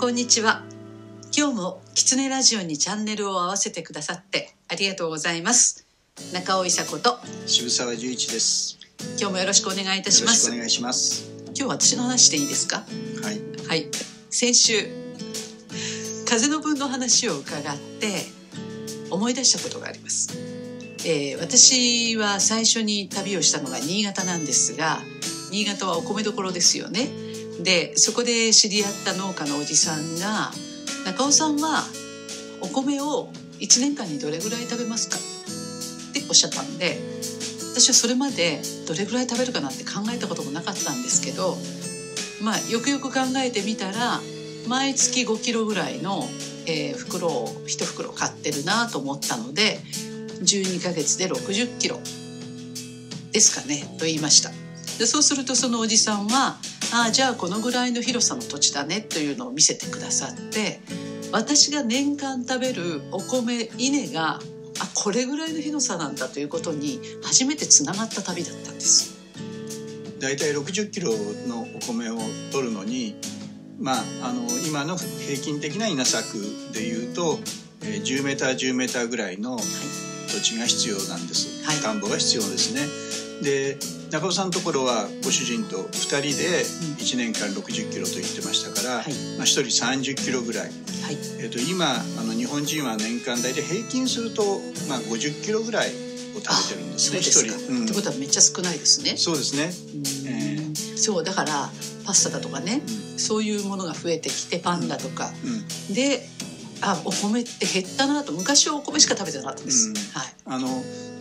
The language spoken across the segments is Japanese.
んにちは。今日もキツネラジオにチャンネルを合わせてくださってありがとうございます。中尾伊佐子と渋沢十一です。 今日もよろしくお願いいたします。 よろしくお願いします。 今日は私の話でいいですか？ はい、 はい、先週風の分の話を伺って思い出したことがあります。私は最初に旅をしたのが新潟なんですが、新潟はお米どころですよね。でそこで知り合った農家のおじさんが、中尾さんはお米を1年間にどれぐらい食べますかっておっしゃったんで、私はそれまでどれぐらい食べるかなんて考えたこともなかったんですけど、よくよく考えてみたら毎月5キロぐらいの、袋を1袋買ってるなと思ったので、12ヶ月で60キロですかねと言いました。でそうするとそのおじさんはじゃあこのぐらいの広さの土地だねというのを見せてくださって、私が年間食べるお米稲がこれぐらいの広さなんだということに初めてつながった旅だったんです。 だいたい60キロのお米を取るのに、今の平均的な稲作でいうと10メーター10メーターぐらいの土地が必要なんです、はい、田んぼが必要ですね。で中尾さんのところはご主人と2人で1年間60キロと言ってましたから、はい、1人30キロぐらい、はい、今日本人は年間大体平均すると、50キロぐらいを食べてるんですね。 そうですか、ってことはめっちゃ少ないですね。 そうですね、 そうだからパスタだとかね、そういうものが増えてきてパンだとか、でお米って減ったなと。昔はお米しか食べてなかったんです、はい、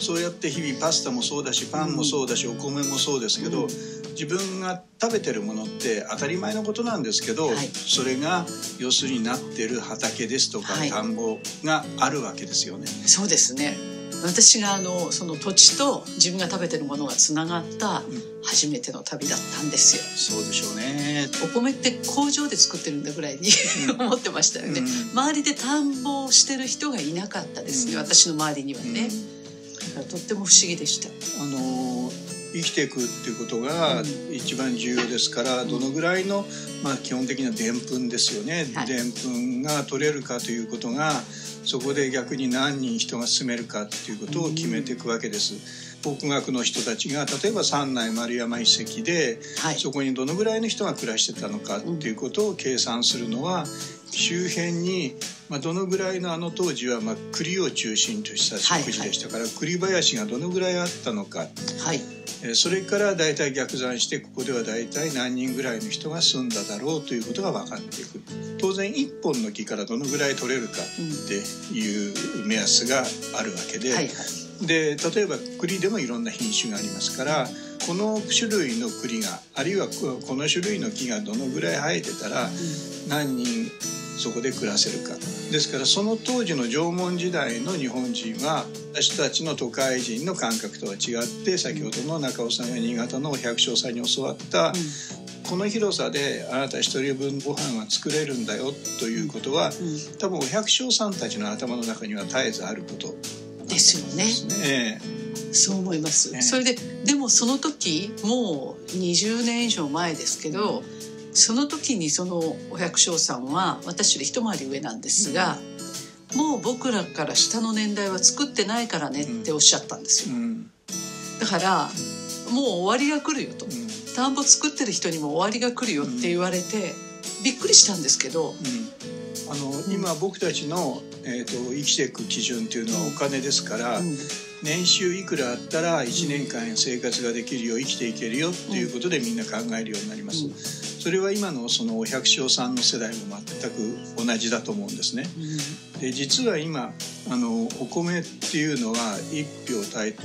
そうやって日々パスタもそうだしパンもそうだし、お米もそうですけど、自分が食べてるものって当たり前のことなんですけど、はい、それが要するになってる畑ですとか、はい、田んぼがあるわけですよね。 そうですね。私がその土地と自分が食べてるものがつながった初めての旅だったんですよ。 そうでしょうね。 お米って工場で作ってるんだぐらいに思ってましたよね、周りで田んぼをしてる人がいなかったですね、私の周りにはね、だからとっても不思議でした。 生きていくっていうことが一番重要ですから、どのぐらいの、基本的なでんぷんですよね、はい、でんぷんが取れるかということが、そこで逆に何人人が住めるかっていうことを決めていくわけです。北学の人たちが例えば三内丸山遺跡で、はい、そこにどのぐらいの人が暮らしてたのかっていうことを計算するのは、周辺に、どのぐらいの当時は栗を中心とした食事でしたから、栗林がどのぐらいあったのか、はい、それからだいたい逆算して、ここではだいたい何人ぐらいの人が住んだだろうということが分かっていく。当然一本の木からどのぐらい取れるかっていう目安があるわけで、で例えば栗でもいろんな品種がありますから、この種類の栗が、あるいはこの種類の木がどのぐらい生えてたら何人そこで暮らせるか。ですからその当時の縄文時代の日本人は私たちの都会人の感覚とは違って、先ほどの中尾さんや新潟のお百姓さんに教わった、この広さであなた一人分ご飯が作れるんだよということは、多分お百姓さんたちの頭の中には絶えずあることですよね。そう思います、それでもその時もう20年以上前ですけど、その時にそのお百姓さんは私より一回り上なんですが、もう僕らから下の年代は作ってないからねっておっしゃったんですよ、だからもう終わりが来るよと、田んぼ作ってる人にも終わりが来るよって言われて、びっくりしたんですけど、 今僕たちの、生きていく基準というのはお金ですから、年収いくらあったら1年間生活ができるよ、生きていけるよっていうことでみんな考えるようになります、それは今のそのお百姓さんの世代も全く同じだと思うんですね、で実は今お米っていうのは1俵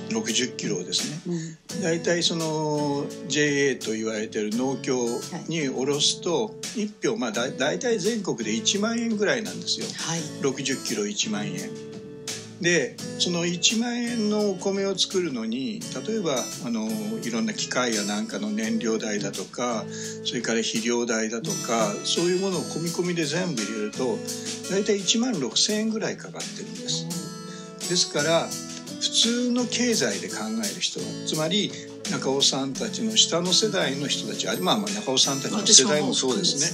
60キロですね、だいたいその JA と言われている農協に卸すと1俵、だいたい全国で1万円ぐらいなんですよ、60キロ1万円で、その1万円のお米を作るのに、例えばいろんな機械やなんかの燃料代だとか、それから肥料代だとか、そういうものを込み込みで全部入れるとだいたい1万6,000円ぐらいかかってるんです。ですから普通の経済で考える人は、つまり中尾さんたちの下の世代の人たち、中尾さんたちの世代もそうですね、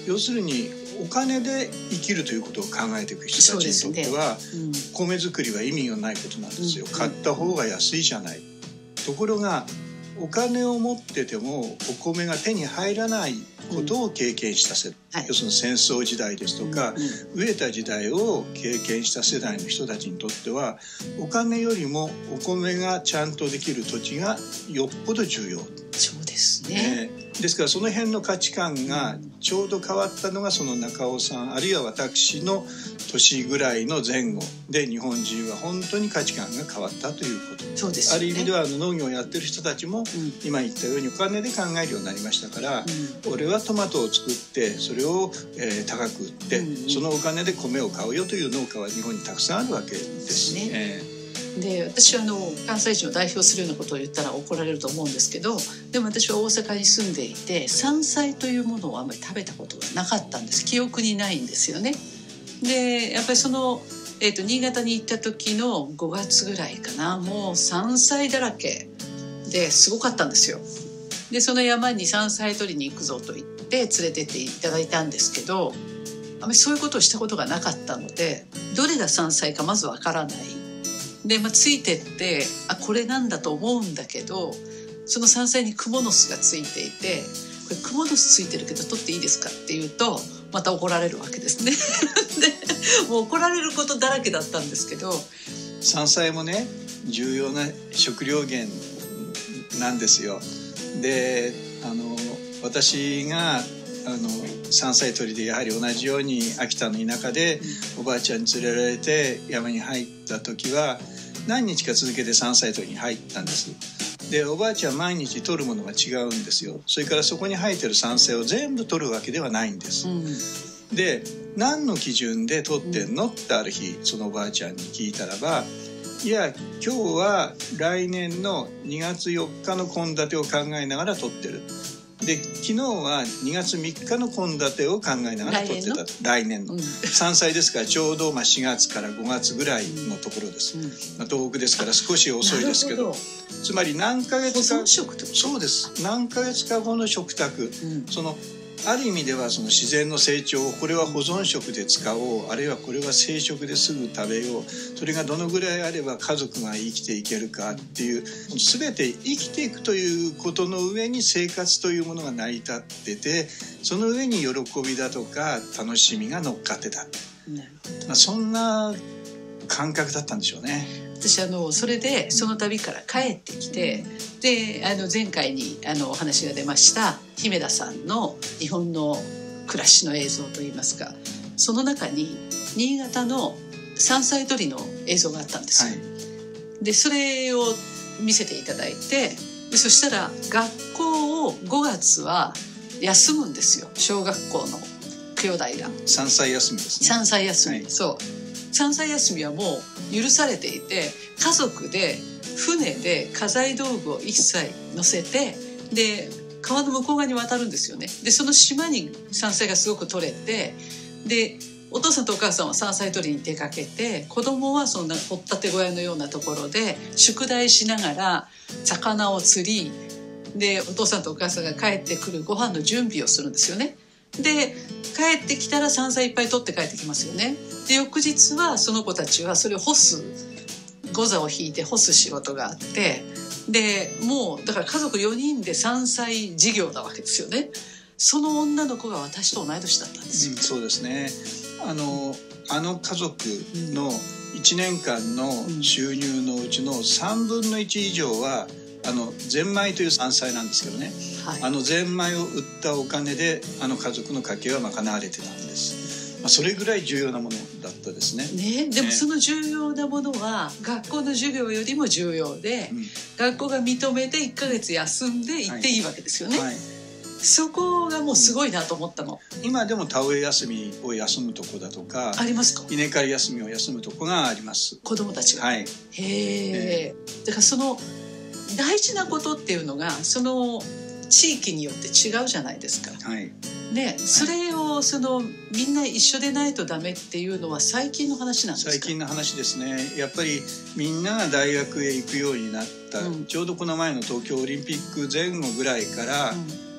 要するにお金で生きるということを考えていく人たちにとっては、米作りは意味がないことなんですよ。買った方が安いじゃない。ところがお金を持っててもお米が手に入らないことを経験した世代、要するに戦争時代ですとか、飢えた時代を経験した世代の人たちにとっては、お金よりもお米がちゃんとできる土地がよっぽど重要。 そうですね。 ですからその辺の価値観がちょうど変わったのがその中尾さんあるいは私の年ぐらいの前後で、日本人は本当に価値観が変わったということ。 そうですよね。 ある意味では農業をやってる人たちも今言ったようにお金で考えるようになりましたから、俺はトマトを作ってそれを高く売ってそのお金で米を買うよという農家は日本にたくさんあるわけですね。 で、私は関西人を代表するようなことを言ったら怒られると思うんですけど、でも私は大阪に住んでいて山菜というものをあんまり食べたことがなかったんです。記憶にないんですよね。でやっぱり新潟に行った時の5月ぐらいかな、もう山菜だらけですごかったんですよ。でその山に山菜取りに行くぞと言って連れてっていただいたんですけど、あまりそういうことをしたことがなかったので、どれが山菜かまずわからない。で、ついてってこれなんだと思うんだけど、その山菜にクモの巣がついていて、これクモの巣ついてるけど取っていいですかって言うとまた怒られるわけですね。でもう怒られることだらけだったんですけど、 山菜もね重要な食料源なんですよ。で私が山菜採りでやはり同じように秋田の田舎でおばあちゃんに連れられて山に入った時は何日か続けて山菜採りに入ったんです。でおばあちゃん毎日採るものが違うんですよ。それからそこに生えてる山菜を全部採るわけではないんです、で何の基準で採ってんのってある日そのおばあちゃんに聞いたらば、いや今日は来年の2月4日の献立を考えながら採ってる。で昨日は2月3日の献立を考えながら撮ってた。来年の山菜ですからちょうど4月から5月ぐらいのところです、東北ですから少し遅いですけど、つまり何ヶ月か、そうです、何ヶ月か後の食卓、ある意味ではその自然の成長をこれは保存食で使おう、あるいはこれは生食ですぐ食べよう、それがどのぐらいあれば家族が生きていけるかっていう、全て生きていくということの上に生活というものが成り立ってて、その上に喜びだとか楽しみが乗っかってた、そんな感覚だったんでしょうね。 私それでその旅から帰ってきて、で前回にお話が出ました姫田さんの日本の暮らしの映像といいますか、その中に新潟の山菜採りの映像があったんですよ、でそれを見せていただいて、でそしたら学校を5月は休むんですよ。小学校の兄弟が山菜休みですね。 山菜休み、そう山菜休みはもう許されていて、家族で船で家財道具を一切乗せて、で川の向こう側に渡るんですよね。でその島に山菜がすごく取れて、でお父さんとお母さんは山菜採りに出かけて、子供はそんな掘ったて小屋のようなところで宿題しながら魚を釣り、でお父さんとお母さんが帰ってくるご飯の準備をするんですよね。で帰ってきたら山菜いっぱい取って帰ってきますよね。で翌日はその子たちはそれを干す、ゴザを引いて干す仕事があって、でもうだから家族4人で山菜事業なわけですよね。その女の子が私と同い年だったんですよ、 そうですね。あの家族の1年間の収入のうちの3分の1以上はゼンマイという山菜なんですけどね、ゼンマイを売ったお金で家族の家計は賄われてたんです。それぐらい重要なものだったですね。 でもその重要なものは学校の授業よりも重要で、学校が認めて1ヶ月休んで行っていいわけですよね、そこがもうすごいなと思ったの。 今でも田植え休みを休むとこだとかありますか？ 稲刈り休みを休むとこがあります、 子供たちが。へえ、だからその大事なことっていうのがその地域によって違うじゃないですか、それをみんな一緒でないとダメっていうのは最近の話なんですか？ 最近の話ですね。やっぱりみんなが大学へ行くようになった、ちょうどこの前の東京オリンピック前後ぐらいから、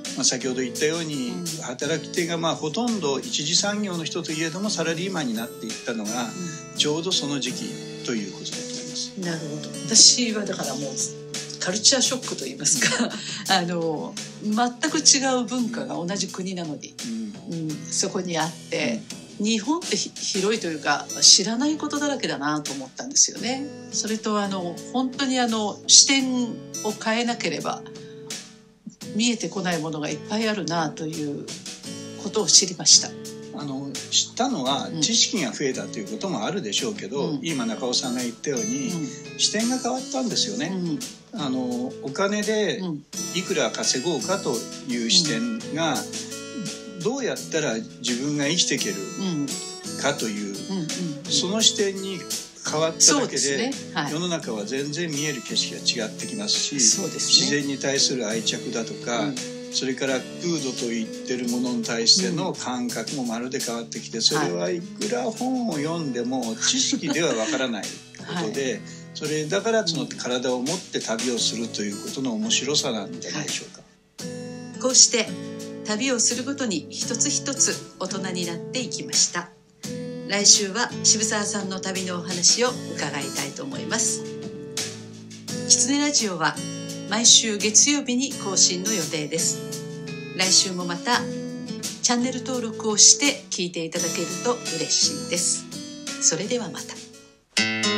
先ほど言ったように働き手がほとんど一次産業の人といえどもサラリーマンになっていったのがちょうどその時期ということだと思います。 なるほど。私はだからもうカルチャーショックといいますか全く違う文化が同じ国なのに、そこにあって、日本って広いというか知らないことだらけだなと思ったんですよね。それと本当に視点を変えなければ見えてこないものがいっぱいあるなということを知りました。 知ったのは知識が増えたということもあるでしょうけど、今中尾さんが言ったように、視点が変わったんですよね。お金でいくら稼ごうかという視点が、どうやったら自分が生きていけるかという、その視点に変わっただけで、世の中は全然見える景色が違ってきますし、自然に対する愛着だとか、それから風土と言ってるものに対しての感覚もまるで変わってきて、それはいくら本を読んでも知識ではわからないことで、それだからその体を持って旅をするということの面白さなんじゃないでしょうか。 こうして旅をするごとに一つ一つ大人になっていきました。来週は渋沢さんの旅のお話を伺いたいと思います。きつねラジオは毎週月曜日に更新の予定です。来週もまたチャンネル登録をして聞いていただけると嬉しいです。それではまた。